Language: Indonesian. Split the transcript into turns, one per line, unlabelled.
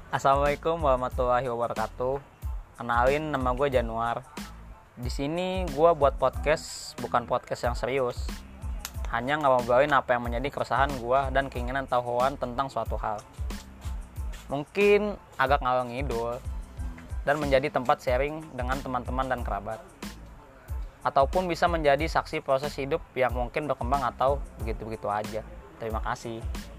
Assalamualaikum warahmatullahi wabarakatuh. Kenalin, nama gue Januar. Di sini gue buat podcast, bukan podcast yang serius. Hanya ngobrolin apa yang menjadi keresahan gue dan keinginan tahuan tentang suatu hal. Mungkin agak ngalor ngidul dan menjadi tempat sharing dengan teman-teman dan kerabat. Ataupun bisa menjadi saksi proses hidup yang mungkin berkembang atau begitu-begitu aja. Terima kasih.